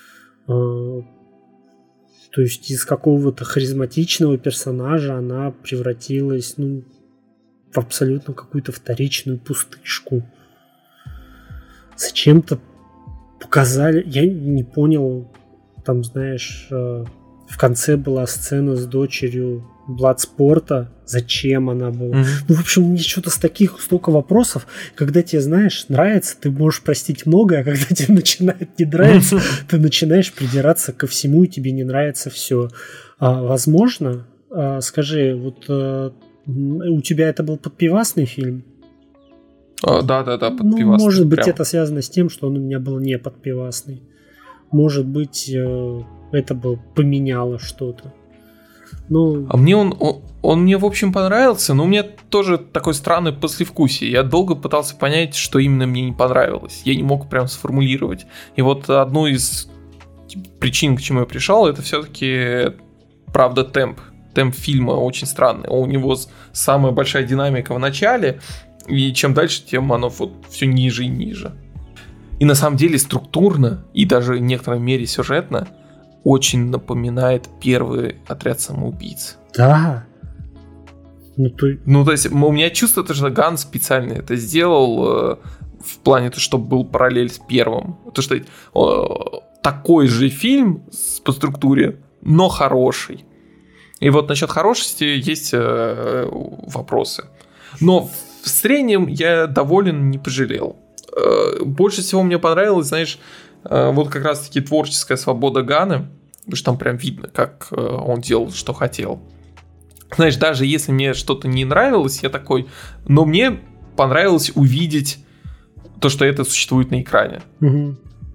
То есть из какого-то харизматичного персонажа она превратилась, ну, в абсолютно какую-то вторичную пустышку. Зачем-то показали... Я не понял, там, знаешь, в конце была сцена с дочерью Бладспорта. Зачем она была? Ну, в общем, мне что-то столько вопросов. Когда тебе, знаешь, нравится, ты можешь простить многое, а когда тебе начинает не нравиться, ты начинаешь придираться ко всему, и тебе не нравится все. Возможно, скажи, вот у тебя это был подпивасный фильм? Да, подпивасный. Ну, может быть, это связано с тем, что он у меня был не подпивасный. Может быть, это бы поменяло что-то. Ну... А мне он мне, в общем, понравился, но у меня тоже такой странный послевкусие. Я долго пытался понять, что именно мне не понравилось. Я не мог прям сформулировать. И вот одну из причин, к чему я пришел, это все-таки, правда, темп. Темп фильма очень странный. У него самая большая динамика в начале, и чем дальше, тем оно вот все ниже и ниже. И на самом деле структурно, и даже в некоторой мере сюжетно, очень напоминает первый отряд самоубийц. Да. Ну, то есть, у меня чувство, что Ганн специально это сделал в плане того, чтобы был параллель с первым. То, что такой же фильм по структуре, но хороший. И вот насчет хорошести есть вопросы. Но в среднем я доволен, не пожалел. Больше всего мне понравилось, знаешь, вот как раз-таки творческая свобода Ганна, потому что там прям видно, как он делал, что хотел. Знаешь, даже если мне что-то не нравилось, я такой, но мне понравилось увидеть то, что это существует на экране. Угу.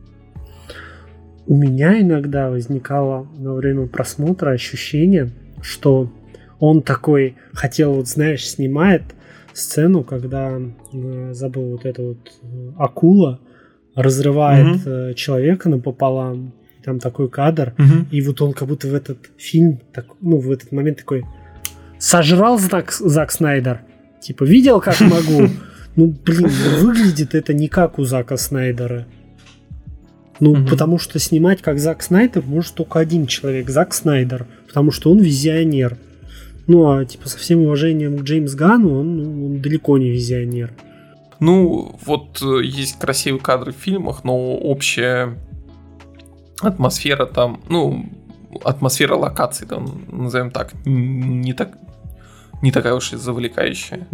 У меня иногда возникало во время просмотра ощущение, что он такой хотел, вот знаешь, снимает сцену, когда забыл вот эта вот акула разрывает человека напополам, там такой кадр, и вот он как будто в этот фильм, ну, в этот момент такой: сожрал Зак Снайдер. Типа, видел, как могу? Ну, блин, выглядит это не как у Зака Снайдера. Ну, потому что снимать как Зак Снайдер может только один человек, Зак Снайдер, потому что он визионер. Ну, а типа со всем уважением к Джеймсу Ганну, он далеко не визионер. Ну, вот есть красивые кадры в фильмах, но общая атмосфера там, ну, атмосфера локаций, там, назовем так, не такая уж и завлекающая.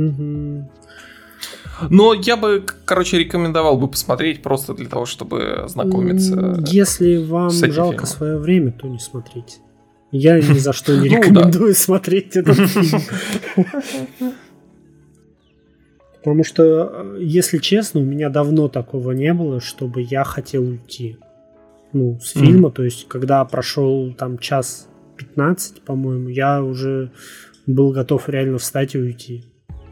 Но я бы, короче, рекомендовал бы посмотреть просто для того, чтобы ознакомиться. Если вам жалко свое время, то не смотрите. Я ни за что не рекомендую смотреть этот фильм. Потому что, если честно, у меня давно такого не было, чтобы я хотел уйти. Ну, с фильма, то есть, когда прошел там час 15, по-моему, я уже был готов реально встать и уйти.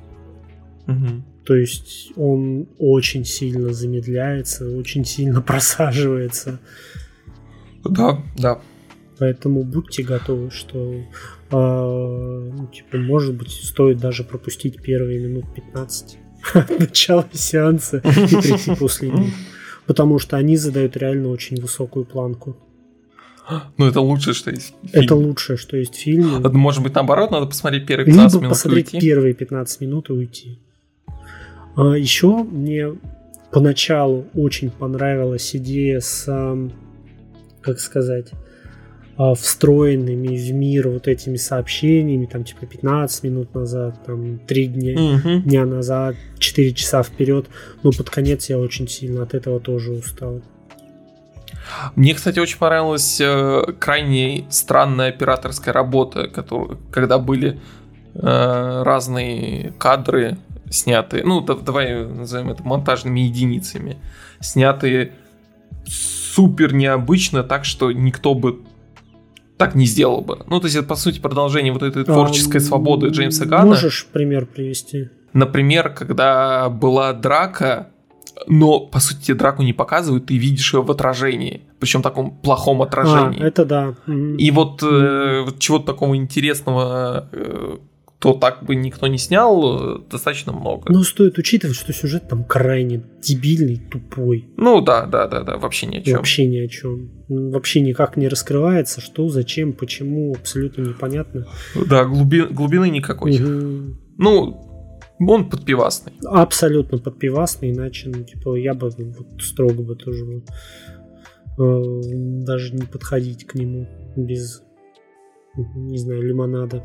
То есть, он очень сильно замедляется, очень сильно просаживается. Да, да. Поэтому будьте готовы, что типа, может быть, стоит даже пропустить первые минут 15 от начала сеанса и прийти после них. потому что они задают реально очень высокую планку. Ну, это лучшее, что есть в фильме. Это лучшее, что есть в фильме. Может быть, наоборот, надо посмотреть первые 15 Либо минут посмотреть и уйти? первые 15 минут и уйти. Еще мне поначалу очень понравилась идея с, как сказать, встроенными в мир вот этими сообщениями, там типа 15 минут назад, там 3 дня назад, 4 часа вперед. Но под конец я очень сильно от этого тоже устал. Мне, кстати, очень понравилась крайне странная операторская работа, когда были разные кадры снятые, ну, давай назовем это монтажными единицами, снятые супер необычно, так что никто бы так не сделал бы. Ну, то есть это, по сути, продолжение вот этой творческой свободы Джеймса Ганна. Можешь пример привести? Например, когда была драка, но, по сути, тебе драку не показывают, ты видишь ее в отражении, причем в таком плохом отражении. Это да. И вот чего-то такого интересного, то так бы никто не снял, достаточно много. Но стоит учитывать, что сюжет там крайне дебильный, тупой. Ну да, вообще ни о чем. Вообще ни о чем. Вообще никак не раскрывается, что, зачем, почему, абсолютно непонятно. Да, глубины никакой. Ну, он подпивасный. Абсолютно подпивасный, иначе, ну, типа, я бы вот строго бы тоже даже не подходить к нему без, не знаю, лимонада.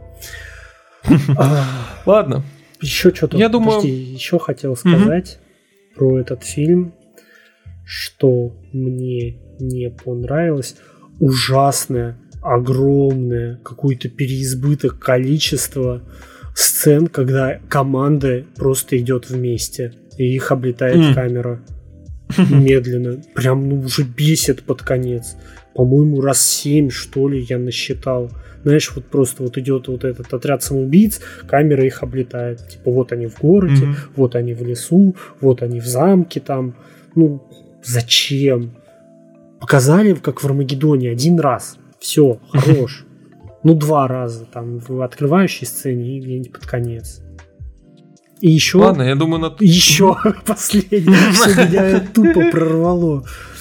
Ладно. Еще что-то. Я думаю... еще хотел сказать про этот фильм, что мне не понравилось. Ужасное, огромное, какой-то переизбыток количества сцен, когда команда просто идет вместе, и их облетает камера медленно. Прям, ну, уже бесит под конец. По-моему, раз 7, что ли, я насчитал. Знаешь, вот просто вот идет вот этот отряд самоубийц, камера их облетает. Типа вот они в городе, вот они в лесу, вот они в замке там. Ну, зачем? Показали, как в Армагеддоне, 1 раз. Все, хорош. Ну, 2 раза там в открывающей сцене и где-нибудь под конец. И еще... Ладно, я думаю, Еще последнее. Все меня тупо прорвало.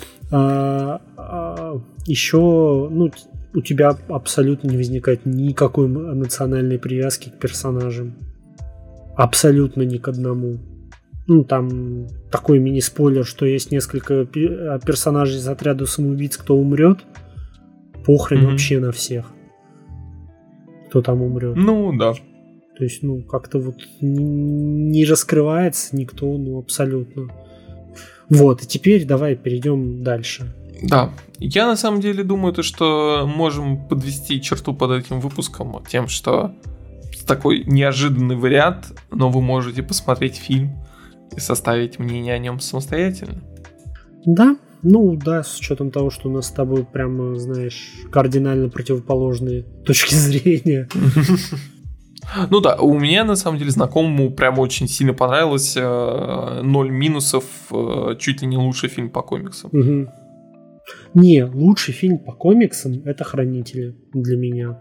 Еще, ну, у тебя абсолютно не возникает никакой эмоциональной привязки к персонажам. Абсолютно ни к одному. Ну, там такой мини-спойлер, что есть несколько персонажей из отряда самоубийц, кто умрет. Похрен вообще на всех, кто там умрет. Ну, да. То есть, ну, как-то вот не раскрывается никто, ну, абсолютно. Вот, и теперь давай перейдем дальше. Да, я на самом деле думаю, что можем подвести черту под этим выпуском тем, что такой неожиданный вариант, но вы можете посмотреть фильм и составить мнение о нем самостоятельно. Да, ну да, с учетом того, что у нас с тобой прямо, знаешь, кардинально противоположные точки зрения. Ну да, у меня на самом деле знакомому прям очень сильно понравилось. 0 минусов, чуть ли не лучший фильм по комиксам. Не, лучший фильм по комиксам — это «Хранители» для меня.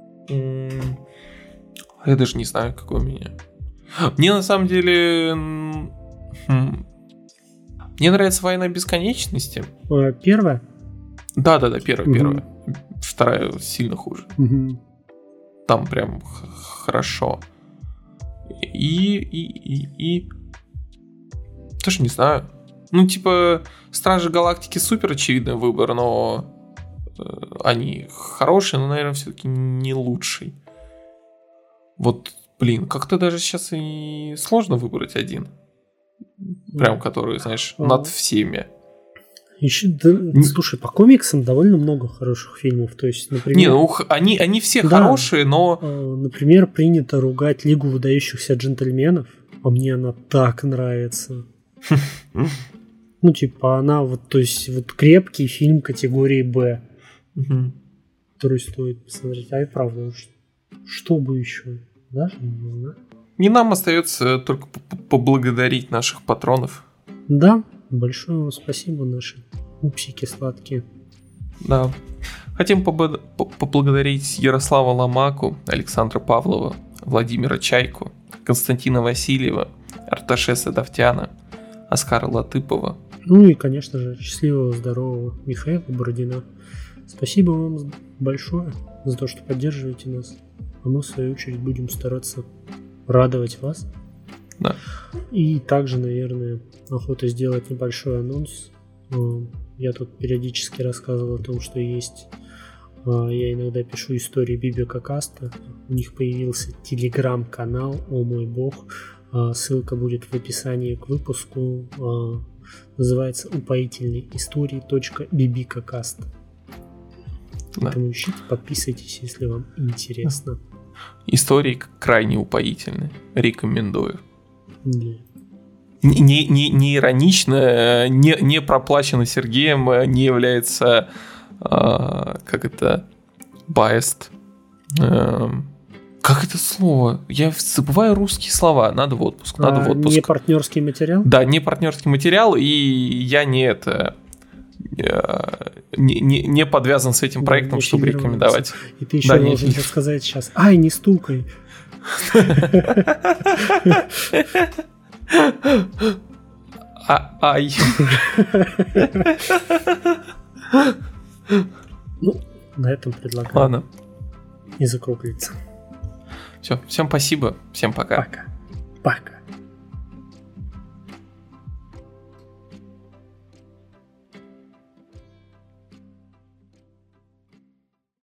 Я даже не знаю, какой у меня. Мне на самом деле... Мне нравится «Война бесконечности». Первая? Да, первая. Вторая сильно хуже. Там прям хорошо. И... Тоже не знаю. Ну, типа, «Стражи Галактики» супер очевидный выбор, но они хорошие, но, наверное, все-таки не лучший. Вот, блин, как-то даже сейчас и сложно выбрать один. Прям, который, знаешь, над всеми. Еще, да, слушай, по комиксам довольно много хороших фильмов. То есть, например... Не, ну они все хорошие, но... Например, принято ругать «Лигу выдающихся джентльменов», а мне она так нравится. Ну, типа, она вот, то есть, вот крепкий фильм категории «Б», который стоит посмотреть. А и правда, что бы еще? Даже не знаю. И нам остается только поблагодарить наших патронов. Да, большое вам спасибо, наши пупсики сладкие. Да. Хотим поблагодарить Ярослава Ломаку, Александра Павлова, Владимира Чайку, Константина Васильева, Арташеса Давтяна, Оскара Латыпова, Ну и, конечно же, счастливого, здорового Михаила Бородина. Спасибо вам большое за то, что поддерживаете нас. А мы, в свою очередь, будем стараться радовать вас. Да. И также, наверное, охота сделать небольшой анонс. Я тут периодически рассказывал о том, что есть... Я иногда пишу истории Бибикакаста. У них появился телеграм-канал, о мой бог. Ссылка будет в описании к выпуску. Называется «Упоительные истории.бибикакаст». Поэтому ищите, подписывайтесь, если вам интересно. Истории крайне упоительны. Рекомендую. Yeah. Не иронично, не проплачено Сергеем, не является biased. Как это слово? Я забываю русские слова. Надо в отпуск. Не партнерский материал? Да, не партнерский материал, и я не подвязан с этим проектом, чтобы рекомендовать. И ты еще должен сказать сейчас: ай, не стукай. Ай. Ну, на этом предлагаю. Ладно. И закруглиться. Все, всем спасибо, всем пока. Пока.